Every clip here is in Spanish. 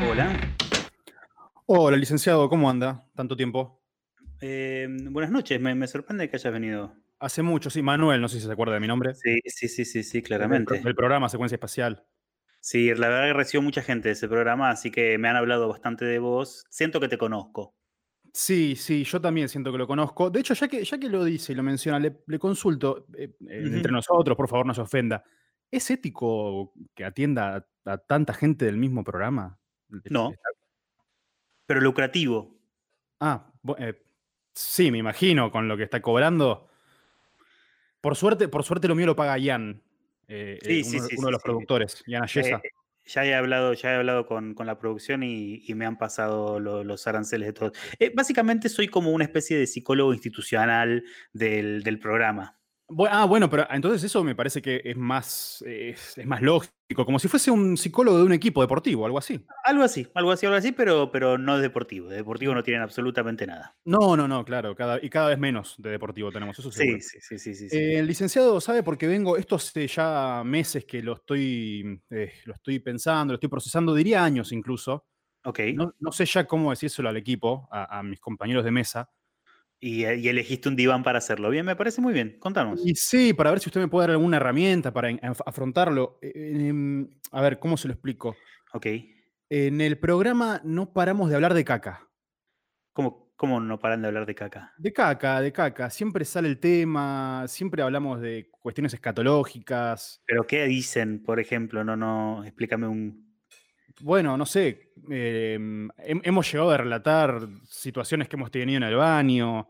Hola. Hola, licenciado, ¿cómo anda? Tanto tiempo. Buenas noches. Me sorprende que hayas venido. Hace mucho, sí, Manuel, no sé si se acuerda de mi nombre, Sí, sí, sí, sí, sí, del claramente. programa Secuencia Espacial. Sí, la verdad que recibo mucha gente de ese programa, así que me han hablado bastante de vos. Siento que te conozco. Sí, sí, yo también siento que lo conozco. De hecho, ya que lo dice y lo menciona, le consulto, entre Ujú. nosotros, por favor, no se ofenda. ¿Es ético que atienda a tanta gente del mismo programa? No, pero lucrativo. Ah, sí, me imagino, con lo que está cobrando. Por suerte lo mío lo paga Ian, Sí, sí, uno, sí, uno de sí, los sí. productores, Ian Eh, Ayesa. ya he hablado con la producción y me han pasado los aranceles de todo. Básicamente soy como una especie de psicólogo institucional del programa. Bueno, pero entonces eso me parece que es más lógico, como si fuese un psicólogo de un equipo deportivo, algo así. Algo así, algo así, algo así, pero no es deportivo. De deportivo no tienen absolutamente nada. No, no, no, claro, cada vez menos de deportivo tenemos, eso Sí, seguro. sí, sí, sí, sí, sí. El licenciado sabe porque vengo, esto hace ya meses que lo estoy pensando, lo estoy procesando, diría años incluso. Ok. No sé ya cómo decírselo al equipo, a mis compañeros de mesa. Y elegiste un diván para hacerlo. Bien, me parece muy bien. Contanos. Y sí, para ver si usted me puede dar alguna herramienta para afrontarlo. A ver, ¿cómo se lo explico? Ok. En el programa no paramos de hablar de caca. ¿Cómo no paran de hablar de caca? De caca, de caca. Siempre sale el tema, siempre hablamos de cuestiones escatológicas. ¿Pero qué dicen, por ejemplo? No, no, explícame un... Bueno, no sé, hemos llegado a relatar situaciones que hemos tenido en el baño.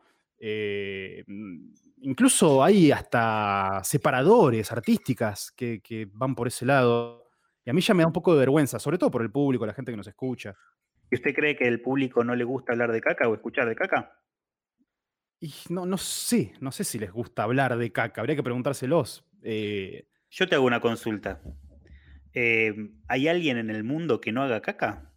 Incluso hay hasta separadores artísticas que van por ese lado. Y a mí ya me da un poco de vergüenza, sobre todo por el público, la gente que nos escucha. ¿Y usted cree que al público no le gusta hablar de caca o escuchar de caca? Y no sé si les gusta hablar de caca, habría que preguntárselos. Yo te hago una consulta. ¿Hay alguien en el mundo que no haga caca?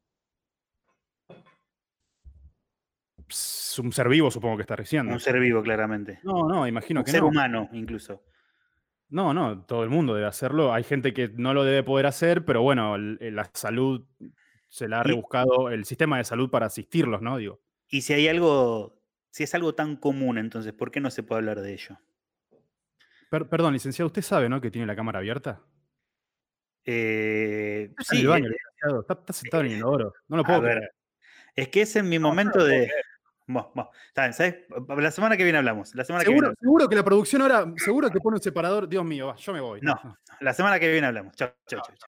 Un ser vivo supongo que está Un diciendo. ser vivo, claramente. No, no, imagino Un que ser no. humano, incluso. No, no, todo el mundo debe hacerlo. Hay gente que no lo debe poder hacer, pero bueno, la salud se la ha Y, rebuscado el sistema de salud para asistirlos, ¿no? Digo. y si hay algo, si es algo tan común, entonces, ¿por qué no se puede hablar de ello? Perdón, licenciado, usted sabe, ¿no? Que tiene la cámara abierta. Usted está en el Sí, baño, licenciado. Está sentado en el inodoro. No lo a puedo ver, creer. es que es en mi No, yo no lo momento puedo de... creer. Bueno, bueno, ¿sabes? La semana que viene hablamos. La semana que viene Seguro, hablamos. seguro que la producción ahora, seguro que pone un separador. Dios mío, va, yo me voy. No, No, no. la semana que viene hablamos. Chao, chao, chao.